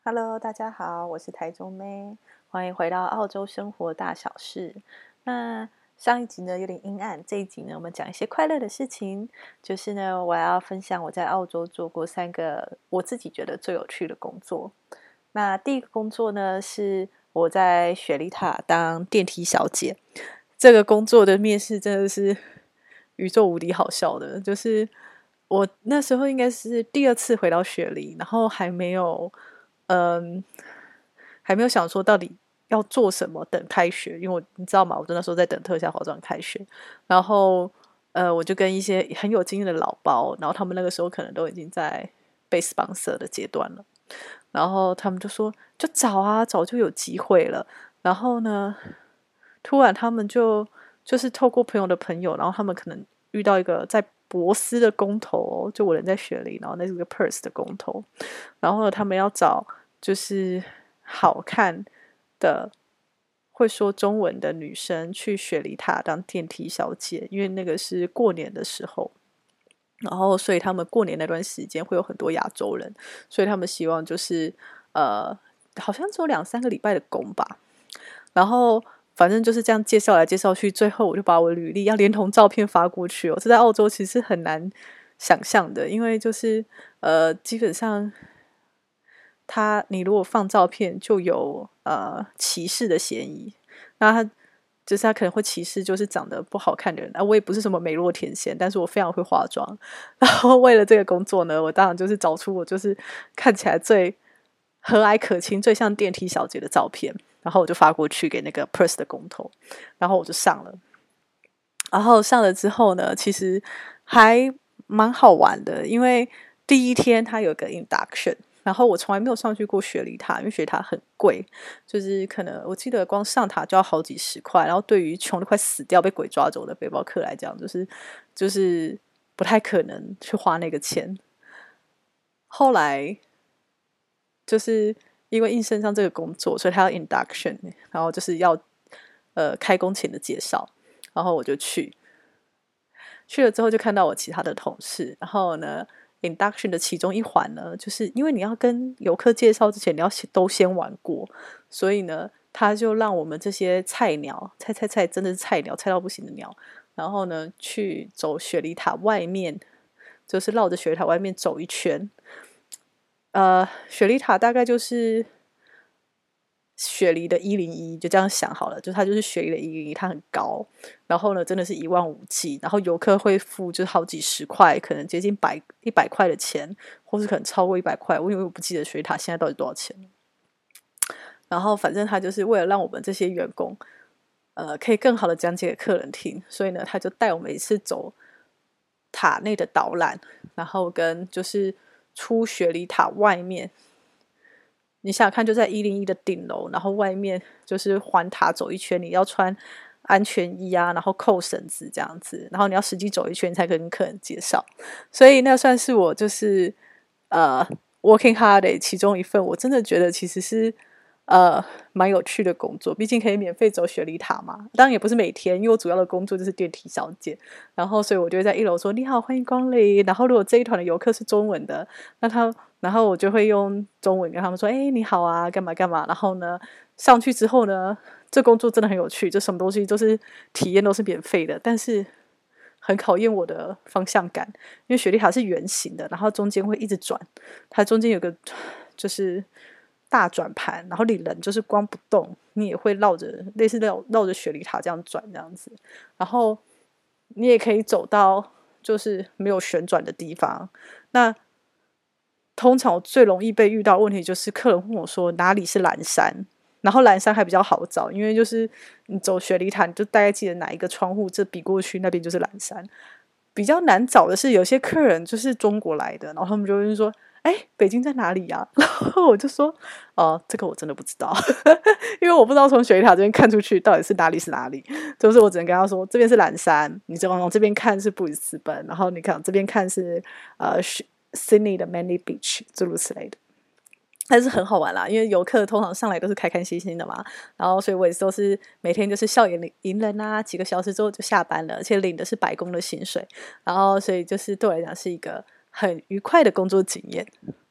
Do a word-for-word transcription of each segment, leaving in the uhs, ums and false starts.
Hello，大家好，我是台中妹，欢迎回到澳洲生活大小事。那上一集呢有点阴暗，这一集呢我们讲一些快乐的事情。就是呢，我要分享我在澳洲做过三个我自己觉得最有趣的工作。那第一个工作呢是我在雪梨塔当电梯小姐。这个工作的面试真的是宇宙无敌好笑的，就是我那时候应该是第二次回到雪梨，然后还没有。嗯，还没有想说到底要做什么，等开学，因为我你知道吗？我那时候在等特效化妆开学，然后呃，我就跟一些很有经验的老包，然后他们那个时候可能都已经在被 sponsor 的阶段了，然后他们就说就找啊，早就有机会了。然后呢，突然他们就就是透过朋友的朋友，然后他们可能遇到一个在博斯的工头、哦，就我人在雪梨，然后那是个 Perth 的工头，然后呢，他们要找就是好看的会说中文的女生去雪梨塔当电梯小姐，因为那个是过年的时候，然后所以他们过年那段时间会有很多亚洲人，所以他们希望就是呃，好像只有两三个礼拜的工吧，然后反正就是这样介绍来介绍去，最后我就把我的履历要连同照片发过去哦。这在澳洲其实很难想象的，因为就是呃，基本上他你如果放照片就有呃歧视的嫌疑，那他就是他可能会歧视就是长得不好看的人啊。我也不是什么美若天仙，但是我非常会化妆，然后为了这个工作呢，我当然就是找出我就是看起来最和蔼可亲、最像电梯小姐的照片。然后我就发过去给那个 Perth 的工头，然后我就上了。然后上了之后呢，其实还蛮好玩的，因为第一天它有个 induction， 然后我从来没有上去过雪梨塔，因为雪梨塔很贵，就是可能我记得光上塔就要好几十块，然后对于穷的快死掉被鬼抓走的背包客来讲，就是就是不太可能去花那个钱。后来就是因为应征上这个工作，所以他要 induction， 然后就是要呃开工前的介绍，然后我就去，去了之后就看到我其他的同事，然后呢 induction 的其中一环呢，就是因为你要跟游客介绍之前，你要都先玩过，所以呢，他就让我们这些菜鸟，菜菜菜真的是菜鸟，菜到不行的鸟，然后呢去走雪梨塔外面，就是绕着雪梨塔外面走一圈。呃，雪梨塔大概就是雪梨的一零一，就这样想好了，就它就是雪梨的一零一，它很高，然后呢，真的是一望无际，然后游客会付就是好几十块，可能接近百一百块的钱，或是可能超过一百块，我因为我不记得雪梨塔现在到底多少钱。然后反正他就是为了让我们这些员工，呃，可以更好的讲解给客人听，所以呢，他就带我们一次走塔内的导览，然后跟就是出雪梨塔外面，你想想看，就在一零一的顶楼，然后外面就是环塔走一圈，你要穿安全衣啊，然后扣绳子这样子，然后你要实际走一圈才可以跟客人介绍。所以那算是我就是呃 working holiday 其中一份，我真的觉得其实是呃蛮有趣的工作，毕竟可以免费走雪梨塔嘛。当然也不是每天，因为我主要的工作就是电梯小姐，然后所以我就会在一楼说你好，欢迎光临。然后如果这一团的游客是中文的，那他然后我就会用中文跟他们说，哎，你好啊，干嘛干嘛。然后呢，上去之后呢，这工作真的很有趣，就什么东西都是体验都是免费的，但是很考验我的方向感，因为雪梨塔是圆形的，然后中间会一直转，它中间有个就是大转盘，然后你人就是光不动，你也会绕着类似绕绕着雪梨塔这样转这样子，然后你也可以走到就是没有旋转的地方。那通常我最容易被遇到的问题就是客人问我说哪里是蓝山，然后蓝山还比较好找，因为就是你走雪梨塔，你就大概记得哪一个窗户，这比过去那边就是蓝山。比较难找的是有些客人就是中国来的，然后他们就会说：“哎，北京在哪里呀、啊？”然后我就说：“哦、呃，这个我真的不知道，因为我不知道从雪梨塔这边看出去到底是哪里是哪里。就是我只能跟他说，这边是蓝山，你再往这边看是布里斯本，然后你看这边看是呃 Sydney 的 Manly Beach，诸如此类的。”但是很好玩啦，因为游客通常上来都是开开心心的嘛，然后所以我也都是每天就是笑颜迎人啊，几个小时之后就下班了，而且领的是白工的薪水，然后所以就是对我来讲是一个很愉快的工作经验。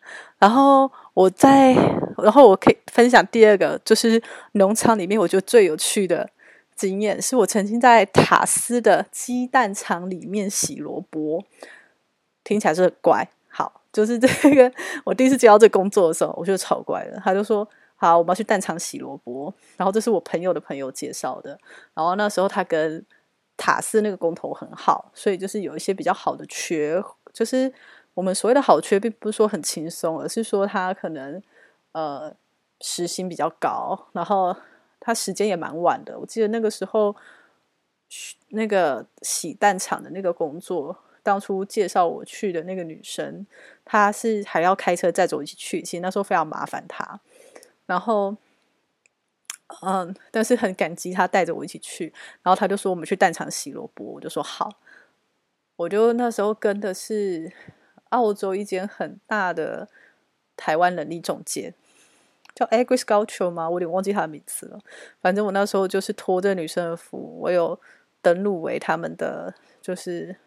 然后我在，然后我可以分享第二个，就是农场里面我觉得最有趣的经验，是我曾经在塔斯的鸡蛋厂里面洗萝卜，听起来是很怪。好，就是这个我第一次接到这个工作的时候，我觉得超怪的。他就说：“好，我们要去蛋厂洗萝卜。”然后这是我朋友的朋友介绍的。然后那时候他跟塔斯那个工头很好，所以就是有一些比较好的缺，就是我们所谓的好缺，并不是说很轻松，而是说他可能呃时薪比较高，然后他时间也蛮晚的。我记得那个时候那个洗蛋厂的那个工作，当初介绍我去的那个女生，她是还要开车载着我一起去，其实那时候非常麻烦她。然后嗯，但是很感激他带着我一起去，然后他就说我们去蛋厂洗萝卜，我就说好，我就那时候跟的是澳洲一间很大的台湾人力中介，叫 Agri Sculpture 吗？我有点忘记他的名字了。反正我那时候就是拖着女生的福，我有登录为他们的就是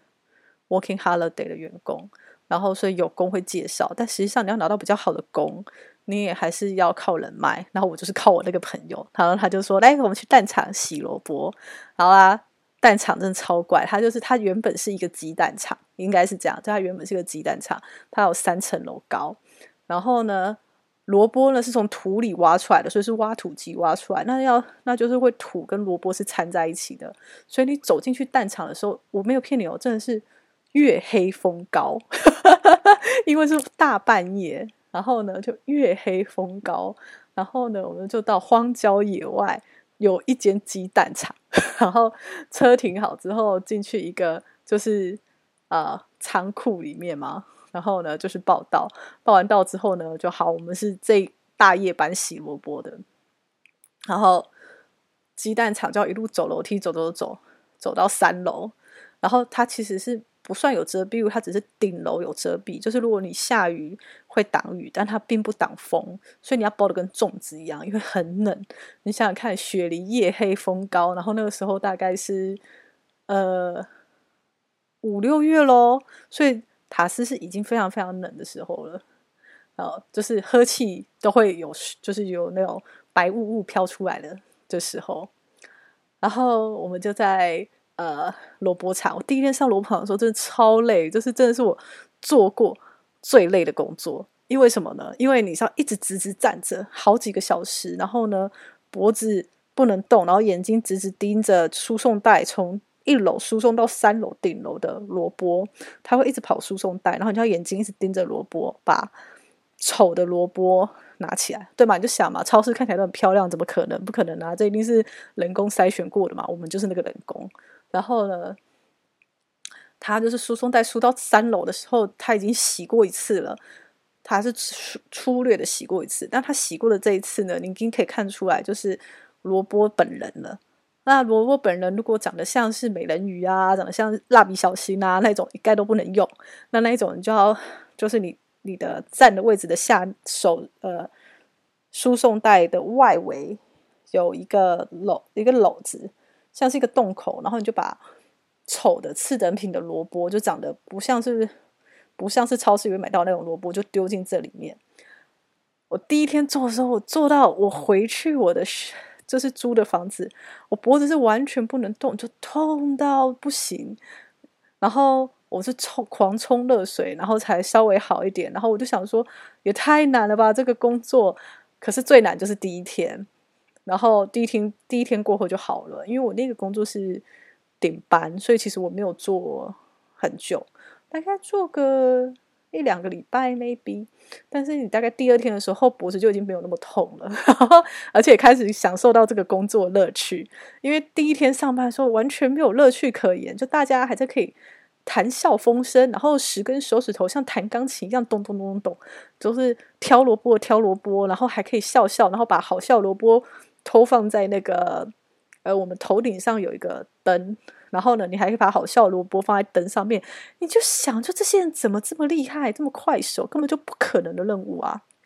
Working Holiday 的员工，然后所以有工会介绍，但实际上你要拿到比较好的工，你也还是要靠人脉。然后我就是靠我那个朋友，然后他就说：“来，我们去蛋厂洗萝卜。”好啦，蛋厂真的超怪，它就是它原本是一个鸡蛋厂，应该是这样，就它原本是个鸡蛋厂，它有三层楼高。然后呢，萝卜呢是从土里挖出来的，所以是挖土机挖出来，那要那就是会土跟萝卜是掺在一起的，所以你走进去蛋厂的时候，我没有骗你哦，真的是月黑风高，因为是大半夜，然后呢就月黑风高，然后呢我们就到荒郊野外有一间鸡蛋厂，然后车停好之后进去一个就是呃仓库里面嘛，然后呢就是报到，报完到之后呢就好，我们是这大夜班洗萝卜的，然后鸡蛋厂就要一路走楼梯走走走走到三楼，然后它其实是不算有遮蔽物，它只是顶楼有遮蔽，就是如果你下雨会挡雨，但它并不挡风，所以你要包的跟粽子一样，因为很冷。你想想看，雪梨夜黑风高，然后那个时候大概是呃五六月咯，所以塔斯是已经非常非常冷的时候了。然后就是喝气都会有，就是有那种白雾雾飘出来的的时候，然后我们就在呃萝卜场。我第一天上萝卜场的时候真的超累，就是真的是我做过最累的工作。因为什么呢？因为你是要一直直直站着好几个小时，然后呢脖子不能动，然后眼睛直直盯着输送带从一楼输送到三楼顶楼的萝卜，它会一直跑输送带，然后你要眼睛一直盯着萝卜，把丑的萝卜拿起来，对嘛？你就想嘛，超市看起来都很漂亮，怎么可能？不可能啊！这一定是人工筛选过的嘛，我们就是那个人工。然后呢，他就是输送带输到三楼的时候，他已经洗过一次了，他是粗粗略的洗过一次，但他洗过的这一次呢，你已经可以看出来，就是萝卜本人了。那萝卜本人如果长得像是美人鱼啊，长得像蜡笔小新啊那种，一概都不能用。那那一种你就要，就是你你的站的位置的下手，呃，输送带的外围有一个篓，一个篓子，像是一个洞口，然后你就把丑的次等品的萝卜，就长得不像是不像是超市里面买到那种萝卜，就丢进这里面。我第一天做的时候，我做到我回去我的就是租的房子，我脖子是完全不能动，就痛到不行。然后我是冲狂冲热水，然后才稍微好一点。然后我就想说，也太难了吧这个工作。可是最难就是第一天，然后第一天第一天过后就好了，因为我那个工作是顶班，所以其实我没有做很久，大概做个一两个礼拜 maybe。但是你大概第二天的时候，脖子就已经没有那么痛了，而且开始享受到这个工作乐趣。因为第一天上班的时候完全没有乐趣可言，就大家还在可以谈笑风生，然后十根手指头像弹钢琴一样咚咚咚咚咚，就是挑萝卜挑萝卜，然后还可以笑笑，然后把好笑萝卜投放在那个呃我们头顶上有一个灯。然后呢，你还可以把好笑的萝卜放在灯上面，你就想，就这些人怎么这么厉害，这么快手，根本就不可能的任务啊！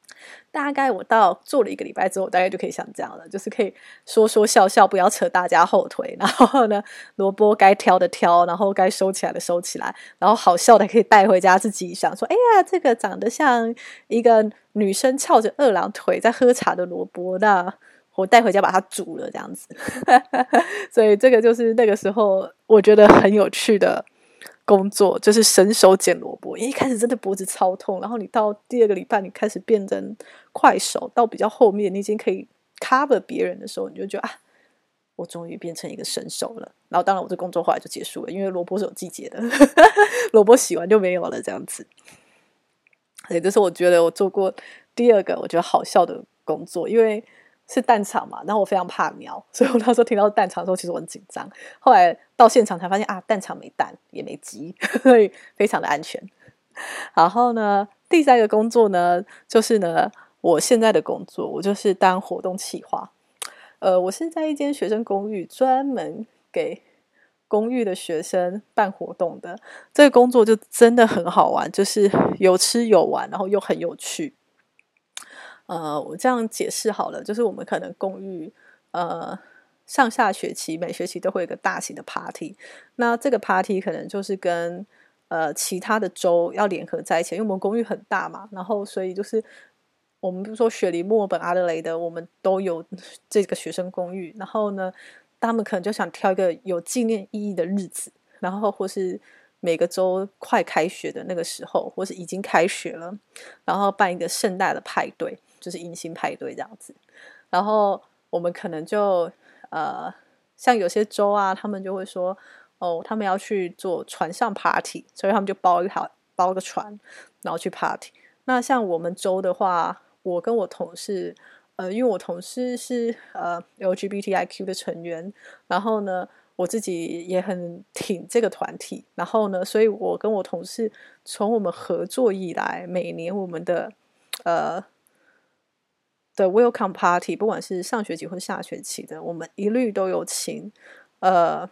大概我到做了一个礼拜之后，我大概就可以像这样了，就是可以说说笑笑，不要扯大家后腿。然后呢，萝卜该挑的挑，然后该收起来的收起来，然后好笑的可以带回家自己想说，哎呀，这个长得像一个女生翘着二郎腿在喝茶的萝卜，那我带回家把它煮了这样子。所以这个就是那个时候我觉得很有趣的工作，就是伸手捡萝卜。因为一开始真的脖子超痛，然后你到第二个礼拜你开始变成快手，到比较后面你已经可以 cover 别人的时候，你就觉得啊，我终于变成一个神手了。然后当然我这工作后来就结束了，因为萝卜是有季节的，萝卜洗完就没有了这样子。所以这是我觉得我做过第二个我觉得好笑的工作，因为是蛋场嘛，然后我非常怕鸟，所以我那时候听到蛋场的时候其实我很紧张，后来到现场才发现啊，蛋场没蛋也没鸡，所以非常的安全。然后呢，第三个工作呢，就是呢我现在的工作，我就是当活动企划。呃，我是在一间学生公寓，专门给公寓的学生办活动的。这个工作就真的很好玩，就是有吃有玩，然后又很有趣。呃，我这样解释好了，就是我们可能公寓呃上下学期每学期都会有一个大型的 party， 那这个 party 可能就是跟呃其他的州要联合在一起，因为我们公寓很大嘛，然后所以就是我们比如说雪梨、墨尔本、阿德雷德，我们都有这个学生公寓，然后呢，他们可能就想挑一个有纪念意义的日子，然后或是每个州快开学的那个时候，或是已经开学了，然后办一个盛大的派对。就是迎新派对这样子，然后我们可能就呃，像有些州啊，他们就会说哦，他们要去做船上 party， 所以他们就包一条包个船，然后去 party。那像我们州的话，我跟我同事，呃，因为我同事是呃 L G B T I Q 的成员，然后呢，我自己也很挺这个团体，然后呢，所以我跟我同事从我们合作以来，每年我们的呃。的 welcome party， 不管是上学期或下学期的，我们一律都有请呃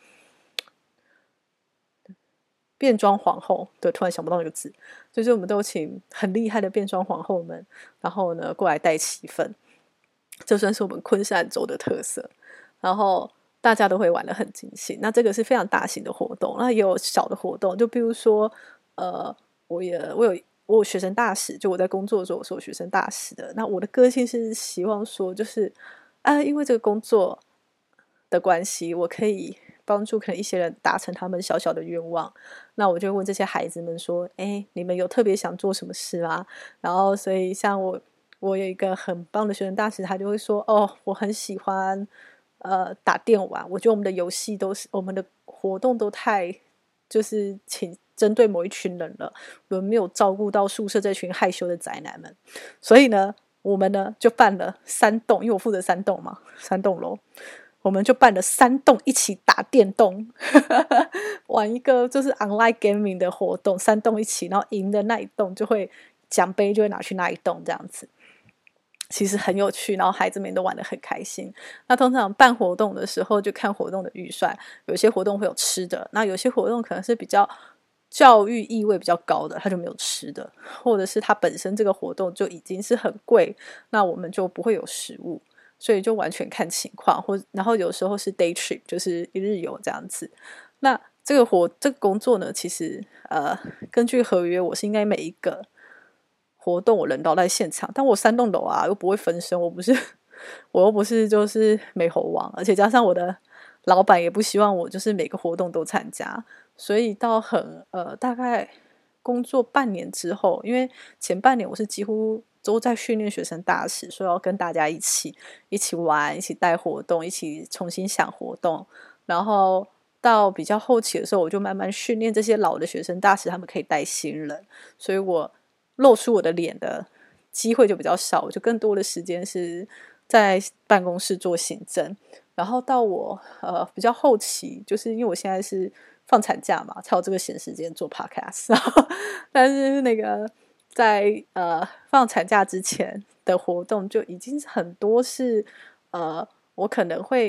变装皇后。对，突然想不到那个字，就是我们都有请很厉害的变装皇后们，然后呢过来带气氛，这算是我们昆山州的特色。然后大家都会玩得很尽兴。那这个是非常大型的活动，那也有小的活动，就比如说呃，我也我有。我有学生大使，就我在工作的时候我是有学生大使的。那我的个性是希望说就是啊，因为这个工作的关系，我可以帮助可能一些人达成他们小小的愿望。那我就问这些孩子们说，哎，你们有特别想做什么事吗？然后所以像我我有一个很棒的学生大使，他就会说，哦，我很喜欢呃打电玩，我觉得我们的游戏都是我们的活动都太就是请针对某一群人了，我们没有照顾到宿舍这群害羞的宅男们。所以呢，我们呢就办了三栋，因为我负责三栋嘛，三栋楼，我们就办了三栋一起打电动，玩一个就是 online gaming 的活动，三栋一起，然后赢的那一栋就会奖杯就会拿去那一栋这样子。其实很有趣，然后孩子们都玩得很开心。那通常办活动的时候就看活动的预算，有些活动会有吃的，那有些活动可能是比较教育意味比较高的，它就没有吃的，或者是它本身这个活动就已经是很贵，那我们就不会有食物，所以就完全看情况。或然后有时候是 day trip， 就是一日游这样子。那这个活这个工作呢，其实呃，根据合约，我是应该每一个活动我人都在现场，但我三栋楼啊又不会分身，我不是我又不是就是美猴王，而且加上我的老板也不希望我就是每个活动都参加，所以到很呃大概工作半年之后，因为前半年我是几乎都在训练学生大使，说要跟大家一起一起玩，一起带活动，一起重新想活动，然后到比较后期的时候，我就慢慢训练这些老的学生大使，他们可以带新人，所以我露出我的脸的机会就比较少，我就更多的时间是在办公室做行政。然后到我呃比较后期，就是因为我现在是放产假嘛，才有这个闲时间做 podcast。然后但是那个在呃放产假之前的活动就已经很多是呃我可能会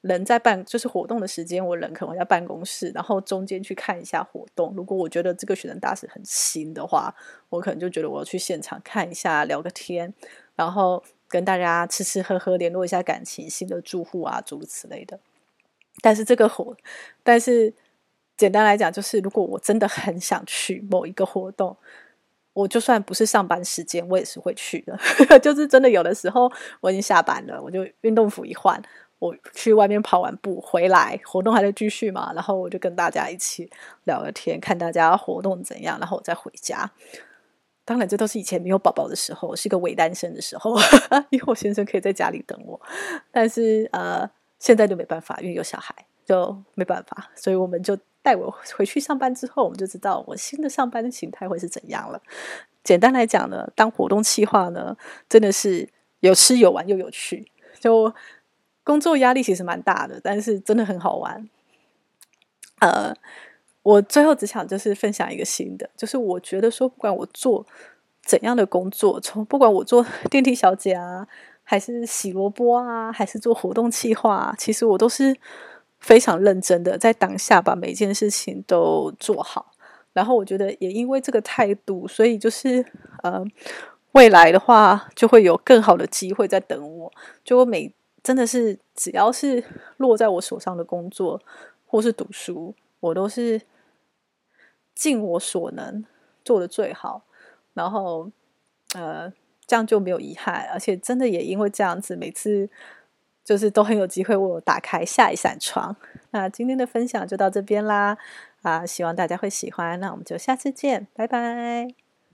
人在办就是活动的时间，我人可能在办公室，然后中间去看一下活动。如果我觉得这个学生大使很新的话，我可能就觉得我要去现场看一下，聊个天，然后跟大家吃吃喝喝，联络一下感情，新的住户啊诸如此类的。但是这个活，但是简单来讲，就是如果我真的很想去某一个活动，我就算不是上班时间，我也是会去的。就是真的有的时候我已经下班了，我就运动服一换，我去外面跑完步回来，活动还在继续嘛，然后我就跟大家一起聊个天，看大家活动怎样，然后我再回家。当然这都是以前没有宝宝的时候，是个伪单身的时候因为我先生可以在家里等我。但是呃，现在就没办法，因为有小孩就没办法，所以我们就带我回去上班之后，我们就知道我新的上班形态会是怎样了。简单来讲呢，当活动企划呢，真的是有吃有玩又有趣，就工作压力其实蛮大的，但是真的很好玩。呃，我最后只想就是分享一个新的，就是我觉得说不管我做怎样的工作，从不管我做电梯小姐啊，还是洗萝卜啊，还是做活动企划啊，其实我都是非常认真的在当下把每件事情都做好。然后我觉得也因为这个态度，所以就是呃，未来的话就会有更好的机会在等我。就我每真的是只要是落在我手上的工作或是读书，我都是尽我所能做得最好，然后呃，这样就没有遗憾，而且真的也因为这样子，每次就是都很有机会为我打开下一扇窗。那今天的分享就到这边啦，啊，希望大家会喜欢，那我们就下次见，拜拜。